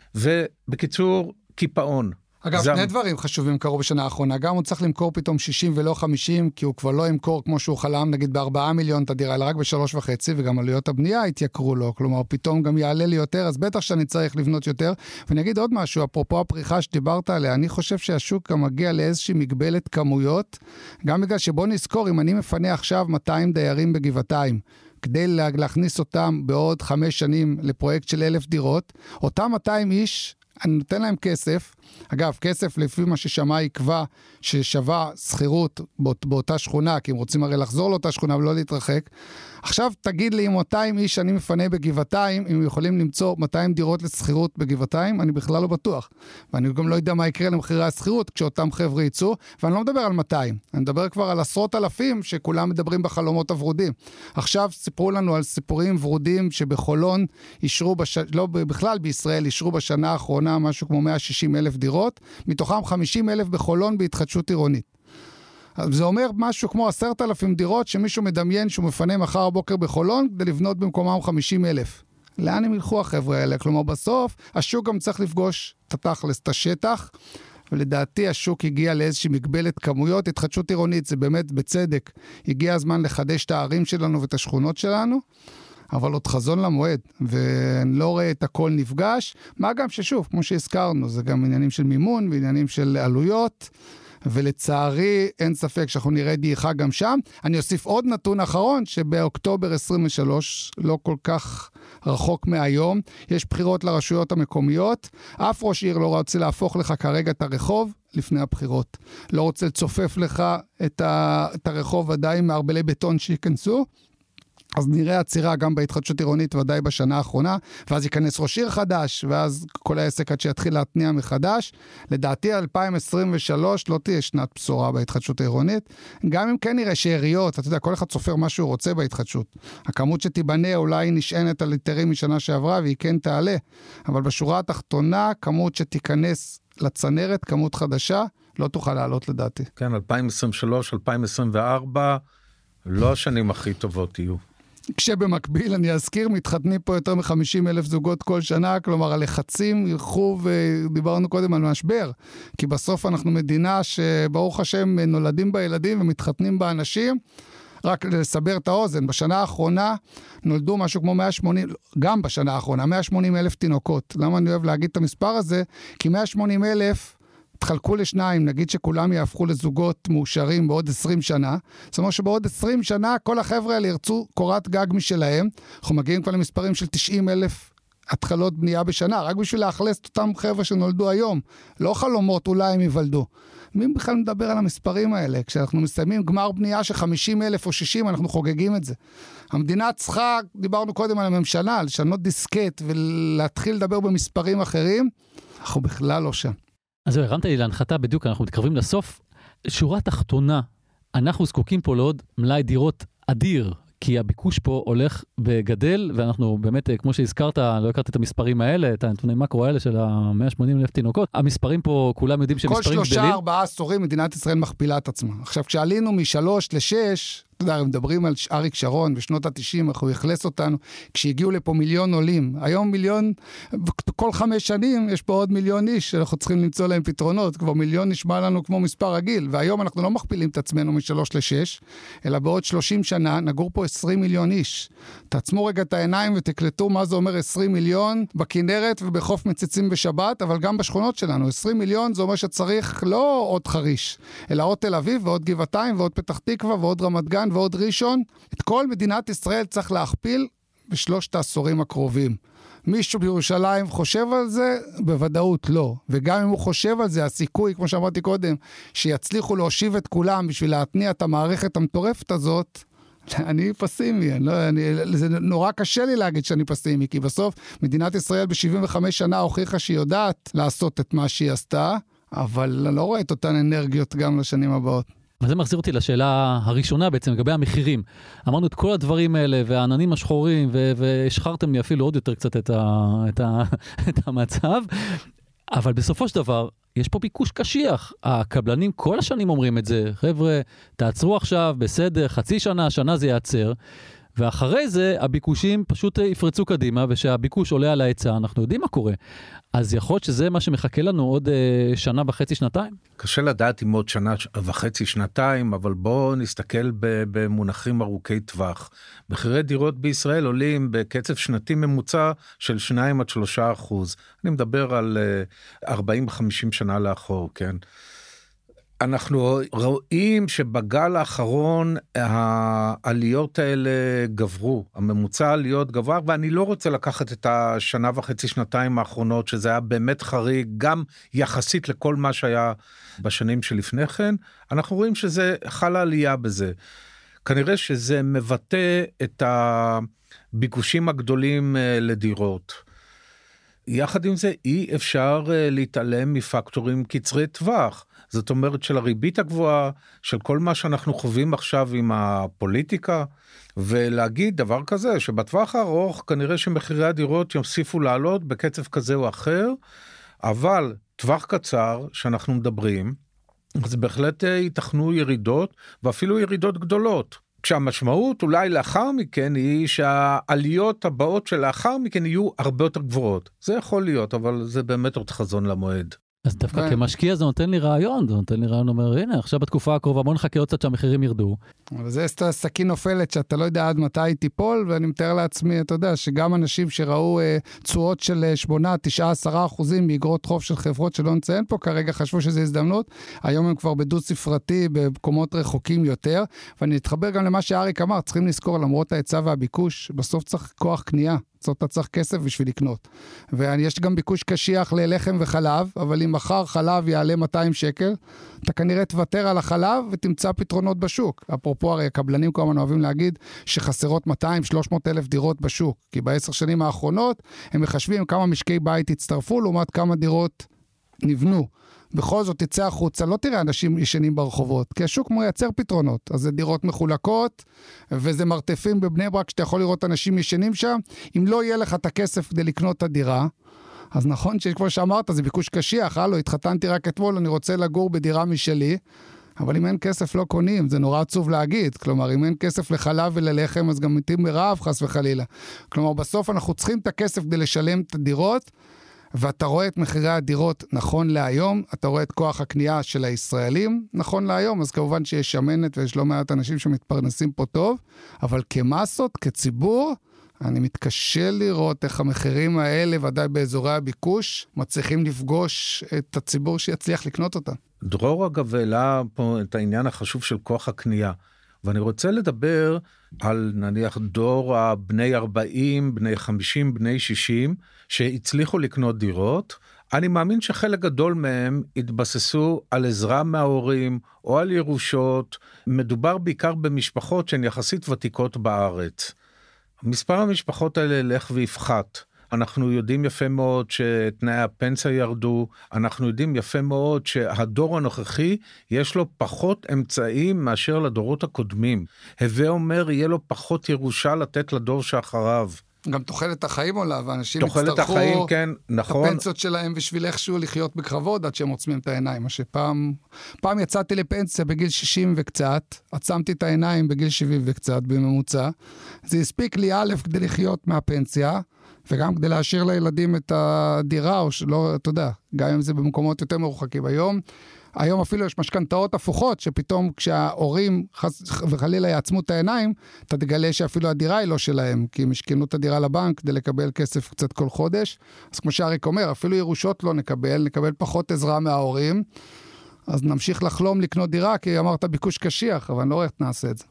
ובקיצור, קיפאון. אגב, שני דברים חשובים קרו בשנה האחרונה, גם הוא צריך למכור פתאום שישים ולא חמישים, כי הוא כבר לא ימכור כמו שהוא חלם, נגיד בארבעה מיליון את הדירה, אלא רק בשלוש וחצי, וגם עלויות הבנייה התייקרו לו, כלומר, פתאום גם יעלה לי יותר, אז בטח שאני צריך לבנות יותר, ואני אגיד עוד משהו, אפרופו הפריחה שדיברת עליה, אני חושב שהשוק גם מגיע לאיזושהי מגבלת כמויות, גם בגלל שבוא נזכור, אם אני מפנה עכשיו מאתיים דיירים בגבעתיים, כדי להכניס אותם בעוד חמש שנים לפרויקט של אלף דירות, אותם מאתיים איש, אני נותן להם כסף, אגב, כסף לפי מה ששמע יקבע ששווה שכירות באות, באותה שכונה, כי הם רוצים הרי לחזור לאותה שכונה ולא להתרחק. עכשיו תגיד לי אם מאתיים איש אני מפנה בגבעתיים, אם הם יכולים למצוא מאתיים דירות לשכירות בגבעתיים, אני בכלל לא בטוח. ואני גם לא יודע מה יקרה למחירי השכירות כשאותם חבר'ה יצאו, ואני לא מדבר על מאתיים, אני מדבר כבר על עשרות אלפים שכולם מדברים בחלומות הוורודים. עכשיו סיפרו לנו על סיפורים ורודים שבחולון אישרו, בש... לא בכלל בישראל, אישרו בשנה האחרונה משהו כמו מאה ושישים אלף דירות, מתוכם חמישים אלף בחולון בהתחדשות עירונית. זה אומר משהו כמו עשרת אלפים דירות שמישהו מדמיין שהוא מפנה מחר בוקר בחולון כדי לבנות במקומם חמישים אלף. לאן הם ילכו החבר'ה האלה? כלומר בסוף השוק גם צריך לפגוש את התכלס, את השטח, ולדעתי השוק הגיע לאיזושהי מגבלת כמויות. התחדשות עירונית זה באמת בצדק, הגיע הזמן לחדש את הערים שלנו ואת השכונות שלנו, אבל עוד חזון למועד, ואני לא רואה את הכל נפגש, מה גם ששוב, כמו שהזכרנו, זה גם עניינים של מימון ועניינים של עלויות, ולצערי אין ספק שאנחנו נראה דעיכה גם שם. אני אוסיף עוד נתון אחרון, שבאוקטובר עשרים ושלוש, לא כל כך רחוק מהיום, יש בחירות לרשויות המקומיות, אף ראש עיר לא רוצה להפוך לך כרגע את הרחוב לפני הבחירות, לא רוצה לצופף לך את, ה... את הרחוב ודאי מערבלי בטון שיכנסו, אז נראה עצירה גם בהתחדשות עירונית ודאי בשנה האחרונה, ואז ייכנס ראש עיר חדש, ואז כל העסק עד שיתחיל להתניע מחדש. לדעתי אלפיים עשרים ושלוש לא תהיה שנת בשורה בהתחדשות העירונית, גם אם כן נראה שעיריות, אתה יודע, כל אחד סופר מה שהוא רוצה בהתחדשות. הכמות שתיבנה אולי נשענת על היתרים משנה שעברה, והיא כן תעלה, אבל בשורה התחתונה, כמות שתיכנס לצנרת, כמות חדשה, לא תוכל לעלות לדעתי. כן, אלפיים עשרים ושלוש, אלפיים עשרים וארבע, לא השנים הכי טובות יהיו. כשבמקביל, אני אזכיר, מתחתנים פה יותר מ-חמישים אלף זוגות כל שנה, כלומר, הלחצים ילכו, ודיברנו קודם על משבר, כי בסוף אנחנו מדינה שברוך השם נולדים בה ילדים ומתחתנים בה אנשים, רק לסבר את האוזן, בשנה האחרונה נולדו משהו כמו מאה ושמונים, גם בשנה האחרונה, מאה ושמונים אלף תינוקות. למה אני אוהב להגיד את המספר הזה? כי מאה ושמונים אלף תחלקו לשניים, נגיד שכולם יהפכו לזוגות מאושרים בעוד עשרים שנה, זאת אומרת שבעוד עשרים שנה כל החבר'ה האלה ירצו קורת גג משלהם, אנחנו מגיעים כבר למספרים של תשעים אלף התחלות בנייה בשנה, רק בשביל להאכלס את אותם חבר'ה שנולדו היום, לא חלומות אולי הם יוולדו. מי בכלל מדבר על המספרים האלה? כשאנחנו מסיימים גמר בנייה של חמישים אלף או שישים, אנחנו חוגגים את זה. המדינה צריכה, דיברנו קודם על הממשלה, לשנות דיסקט ולהתחיל לדבר במספרים אחרים, אנחנו בכלל לא שם. אז זהו, הרמת לי להנחתה בדיוק, אנחנו מתקרבים לסוף. שורה תחתונה, אנחנו זקוקים פה לעוד מלאי דירות אדיר, כי הביקוש פה הולך וגדל, ואנחנו באמת, כמו שהזכרת, לא הכרתי את המספרים האלה, את הנתוני מקרו האלה של ה-מאה ושמונים אלף תינוקות, המספרים פה, כולם יודעים שמספרים גדלים. כל שלושה, ארבעה עשורים, מדינת ישראל מכפילה את עצמה. עכשיו, כשעלינו משלוש לשש, אתה יודע, מדברים על אריק שרון בשנות ה-תשעים, איך הוא יחלס אותנו, כשהגיעו לפה מיליון עולים. היום מיליון, כל חמש שנים יש פה עוד מיליון איש, שאנחנו צריכים למצוא להם פתרונות, כבר מיליון נשמע לנו כמו מספר רגיל, והיום אנחנו לא מכפילים את עצמנו משלוש לשש, אלא בעוד שלושים שנה נגור פה עשרים מיליון איש. תעצמו רגע את העיניים ותקלטו מה זה אומר עשרים מיליון בכנרת ובחוף מציצים בשבת, אבל גם בשכונות שלנו. עשרים מיליון זה אומר שצריך לא עוד חריש, אלא עוד תל אביב ועוד גבעתיים ועוד פתח תקווה ועוד רמת גן ועוד ראשון. את כל מדינת ישראל צריך להכפיל בשלושת העשורים הקרובים. מישהו בירושלים חושב על זה? בוודאות לא. וגם אם הוא חושב על זה, הסיכוי, כמו שאמרתי קודם, שיצליחו להושיב את כולם בשביל להתניע את המערכת המטורפת הזאת, אני פסימי. אני לא, אני, זה נורא קשה לי להגיד שאני פסימי, כי בסוף מדינת ישראל ב-שבעים וחמש שנה הוכיחה שהיא יודעת לעשות את מה שהיא עשתה, אבל אני לא רואה את אותן אנרגיות גם לשנים הבאות. וזה מחזיר אותי לשאלה הראשונה בעצם, לגבי המחירים. אמרנו את כל הדברים האלה, והעננים השחורים, ו- והשחררתם לי אפילו עוד יותר קצת את, ה- את, ה- את המצב, אבל בסופו של דבר, יש פה ביקוש קשיח. הקבלנים כל השנים אומרים את זה, חבר'ה, תעצרו עכשיו, בסדר, חצי שנה, שנה זה יעצר, ואחרי זה הביקושים פשוט יפרצו קדימה, ושהביקוש עולה על ההיצע, אנחנו יודעים מה קורה. אז יכול להיות שזה מה שמחכה לנו עוד אה, שנה וחצי, שנתיים? קשה לדעת אם עוד שנה וחצי, שנתיים, אבל בואו נסתכל במונחים ארוכי טווח. מחירי דירות בישראל עולים בקצב שנתי ממוצע של שניים עד שלושה אחוז. אני מדבר על אה, ארבעים וחמישים שנה לאחור, כן? אנחנו רואים שבגל האחרון העליות האלה גברו, הממוצע העליות גבר, ואני לא רוצה לקחת את השנה וחצי שנתיים האחרונות, שזה היה באמת חריג, גם יחסית לכל מה שהיה בשנים שלפני כן, אנחנו רואים שזה חלה עלייה בזה. כנראה שזה מבטא את הביקושים הגדולים לדירות. יחד עם זה אי אפשר להתעלם מפקטורים קצרי טווח, זאת אומרת של הריבית הגבוהה, של כל מה שאנחנו חווים עכשיו עם הפוליטיקה, ולהגיד דבר כזה, שבטווח הארוך כנראה שמחירי הדירות יוסיפו לעלות בקצב כזה או אחר, אבל טווח קצר שאנחנו מדברים, אז בהחלט ייתכנו ירידות, ואפילו ירידות גדולות. כשהמשמעות אולי לאחר מכן היא שהעליות הבאות שלאחר מכן יהיו הרבה יותר גבוהות. זה יכול להיות, אבל זה באמת עוד חזון למועד. אז דווקא כמשקיע זה נותן לי רעיון, זה נותן לי רעיון, אומר, הנה, עכשיו בתקופה הקרובה, בוא נחכה עוד קצת שהמחירים ירדו. אבל זה סכין נופלת שאתה לא יודע עד מתי היא תיפול, ואני מתאר לעצמי, אתה יודע, שגם אנשים שראו אה, צורות של שמונה, תשעה, עשרה אחוזים מאגרות חוב של חברות שלא נציין פה, כרגע חשבו שזה הזדמנות, היום הם כבר בדו ספרתי, במקומות רחוקים יותר, ואני אתחבר גם למה שאריק אמר, צריכים לזכור, למרות ההיצע והביקוש, בסוף צריך כוח קנייה. זאת אתה צריך כסף בשביל לקנות. ויש גם ביקוש קשיח ללחם וחלב, אבל אם מחר חלב יעלה מאתיים שקל, אתה כנראה תוותר על החלב ותמצא פתרונות בשוק. אפרופו, הרי הקבלנים כל הזמן אוהבים להגיד שחסרות מאתיים שלוש מאות אלף דירות בשוק, כי בעשר שנים האחרונות הם מחשבים כמה משקי בית הצטרפו, לעומת כמה דירות נבנו. בכל זאת תצא החוצה, לא תראה אנשים ישנים ברחובות, כי השוק מייצר פתרונות, אז זה דירות מחולקות, וזה מרתפים בבני ברק, שאתה יכול לראות אנשים ישנים שם, אם לא יהיה לך את הכסף כדי לקנות את הדירה, אז נכון שכמו שאמרת, זה ביקוש קשיח, הלו, התחתנתי רק אתמול, אני רוצה לגור בדירה משלי, אבל אם אין כסף לא קונים, זה נורא עצוב להגיד, כלומר, אם אין כסף לחלב וללחם, אז גם מתים מרעב חס וחלילה, כלומר, בסוף אנחנו צריכים את הכסף כדי לשלם את הדירות, ואתה רואה את מחירי הדירות נכון להיום, אתה רואה את כוח הקנייה של הישראלים נכון להיום, אז כמובן שיש שמנת ויש לא מעט אנשים שמתפרנסים פה טוב, אבל כמסות, כציבור, אני מתקשה לראות איך המחירים האלה, ודאי באזורי הביקוש, מצליחים לפגוש את הציבור שיצליח לקנות אותם. דרור אגב העלה פה את העניין החשוב של כוח הקנייה, ואני רוצה לדבר על נניח דור הבני ארבעים, בני חמישים, בני שישים, שהצליחו לקנות דירות. אני מאמין שחלק גדול מהם התבססו על עזרה מההורים או על ירושות. מדובר בעיקר במשפחות שהן יחסית ותיקות בארץ. מספר המשפחות האלה ילך ויפחת. אנחנו יודעים יפה מאוד שתנאי הפנסיה ירדו, אנחנו יודעים יפה מאוד שהדור הנוכחי יש לו פחות אמצעים מאשר לדורות הקודמים. הווה אומר, יהיה לו פחות ירושה לתת לדור שאחריו. גם תוחלת החיים עולה, ואנשים תוחלת החיים, כן, נכון. הפנסיות שלהם בשביל איכשהו לחיות בכבוד, עד שהם עוצמים את העיניים. מה שפעם, פעם יצאתי לפנסיה בגיל שישים וקצת, עצמתי את העיניים בגיל שבעים וקצת בממוצע. זה הספיק לי א' כדי לחיות מהפנסיה, וגם כדי להשאיר לילדים את הדירה, או שלא, אתה יודע, גם אם זה במקומות יותר מרוחקים. היום, היום אפילו יש משכנתאות הפוכות, שפתאום כשההורים חס וחלילה יעצמו את העיניים, אתה תגלה שאפילו הדירה היא לא שלהם, כי הם השכנו את הדירה לבנק כדי לקבל כסף קצת כל חודש. אז כמו שאריק אומר, אפילו ירושות לא נקבל, נקבל פחות עזרה מההורים, אז נמשיך לחלום לקנות דירה, כי אמרת ביקוש קשיח, אבל אני לא רואה איך נעשה את זה.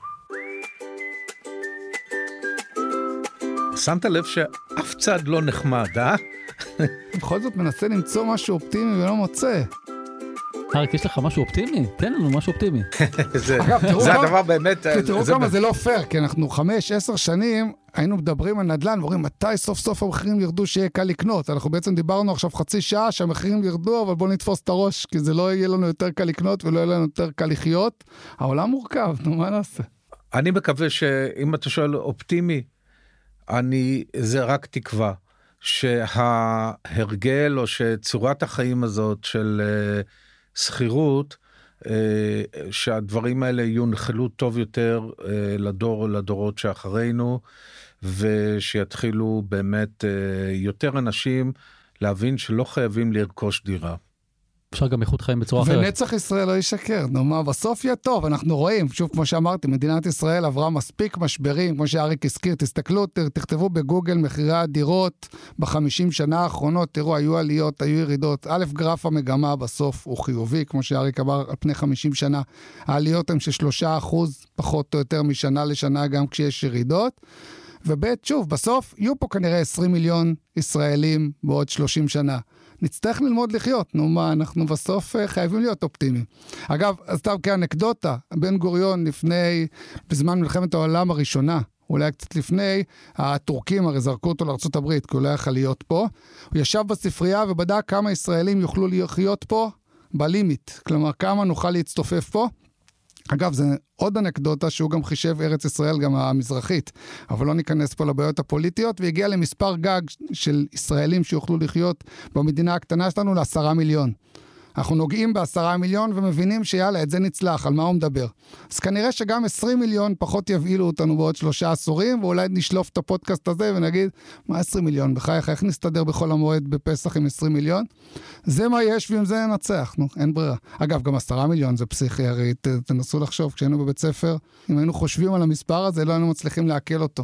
שמת לב שאף צד לא נחמד, אה? בכל זאת מנסה למצוא משהו אופטימי ולא מוצא. אריק, יש לך משהו אופטימי? תן לנו משהו אופטימי. זה הדבר באמת... תראו כמה זה לא פייר, כי אנחנו חמש, עשר שנים היינו מדברים על נדל"ן, ואומרים מתי סוף סוף המחירים ירדו שיהיה קל לקנות. אנחנו בעצם דיברנו עכשיו חצי שעה שהמחירים ירדו, אבל בואו נתפוס את הראש, כי זה לא יהיה לנו יותר קל לקנות ולא יהיה לנו יותר קל לחיות. העולם מורכב, נו מה נעשה? אני מקווה שאם אתה שואל אופטימי, אני, זה רק תקווה, שההרגל או שצורת החיים הזאת של uh, שכירות, uh, שהדברים האלה יונחלו טוב יותר uh, לדור, לדורות שאחרינו, ושיתחילו באמת uh, יותר אנשים להבין שלא חייבים לרכוש דירה. אפשר גם איכות חיים בצורה אחרת. ונצח ישראל לא ישקר, נו מה, בסוף יהיה טוב, אנחנו רואים, שוב כמו שאמרתי, מדינת ישראל עברה מספיק משברים, כמו שאריק הזכיר, תסתכלו, תכתבו בגוגל מחירי הדירות בחמישים שנה האחרונות, תראו, היו עליות, היו ירידות, א' גרף המגמה בסוף הוא חיובי, כמו שאריק אמר, על פני חמישים שנה, העליות הן של שלושה אחוז, פחות או יותר משנה לשנה, גם כשיש ירידות, ובית, שוב, בסוף יהיו פה כנראה עשרים מיליון ישראלים בעוד שלושים שנה. נצטרך ללמוד לחיות, נו מה, אנחנו בסוף חייבים להיות אופטימיים. אגב, אז סתם כאנקדוטה, בן גוריון לפני, בזמן מלחמת העולם הראשונה, אולי קצת לפני, הטורקים הרי זרקו אותו לארצות הברית, כי הוא לא יכל להיות פה, הוא ישב בספרייה ובדק כמה ישראלים יוכלו לחיות פה בלימיט, כלומר כמה נוכל להצטופף פה, אגב, זה עוד אנקדוטה שהוא גם חישב ארץ ישראל, גם המזרחית, אבל לא ניכנס פה לבעיות הפוליטיות, והגיע למספר גג של ישראלים שיוכלו לחיות במדינה הקטנה שלנו לעשרה מיליון. אנחנו נוגעים בעשרה מיליון ומבינים שיאללה, את זה נצלח, על מה הוא מדבר. אז כנראה שגם עשרים מיליון פחות יבעילו אותנו בעוד שלושה עשורים, ואולי נשלוף את הפודקאסט הזה ונגיד, מה עשרים מיליון? בחייך, איך נסתדר בכל המועד בפסח עם עשרים מיליון? זה מה יש ועם זה נצח, נו, אין ברירה. אגב, גם עשרה מיליון זה פסיכי, הרי ת, תנסו לחשוב, כשהיינו בבית ספר, אם היינו חושבים על המספר הזה, לא היינו מצליחים להקל אותו.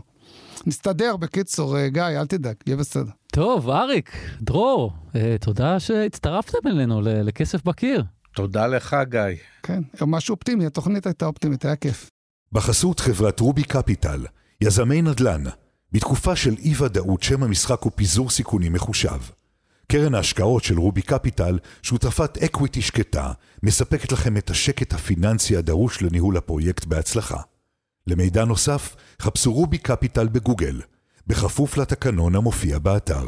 נסתדר בקיצור, גיא, אל תדאג, יהיה בסדר. טוב, אריק, דרור, אה, תודה שהצטרפתם אלינו לכסף בקיר. תודה לך, גיא. כן, משהו אופטימי, התוכנית הייתה אופטימית, היה כיף. בחסות חברת רובי קפיטל, יזמי נדל"ן, בתקופה של אי ודאות שם המשחק הוא פיזור סיכונים מחושב. קרן ההשקעות של רובי קפיטל, שותפת אקוויטי שקטה, מספקת לכם את השקט הפיננסי הדרוש לניהול הפרויקט בהצלחה. למידע נוסף, חפשו רובי קפיטל בגוגל, בכפוף לתקנון המופיע באתר.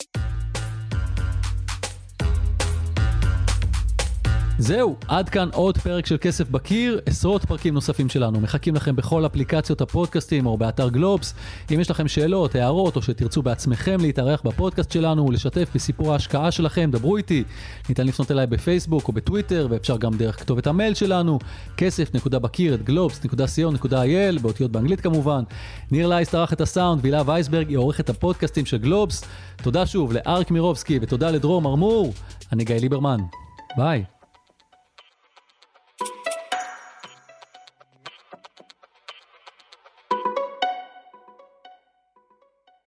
זהו, עד כאן עוד פרק של כסף בקיר, עשרות פרקים נוספים שלנו, מחכים לכם בכל אפליקציות הפודקאסטים או באתר גלובס. אם יש לכם שאלות, הערות או שתרצו בעצמכם להתארח בפודקאסט שלנו ולשתף בסיפור ההשקעה שלכם, דברו איתי. ניתן לפנות אליי בפייסבוק או בטוויטר, ואפשר גם דרך כתובת המייל שלנו, כסף נקודה בקיר את גלובס נקודה סי או נקודה איי אל, באותיות באנגלית כמובן. ניר לייס ערך את הסאונד, והילה וייסברג היא עורכת הפודקאסטים של גלובס. תודה שוב לאריק מירובסקי ותודה לדרור מרמור. אני גיא ליברמן. ביי.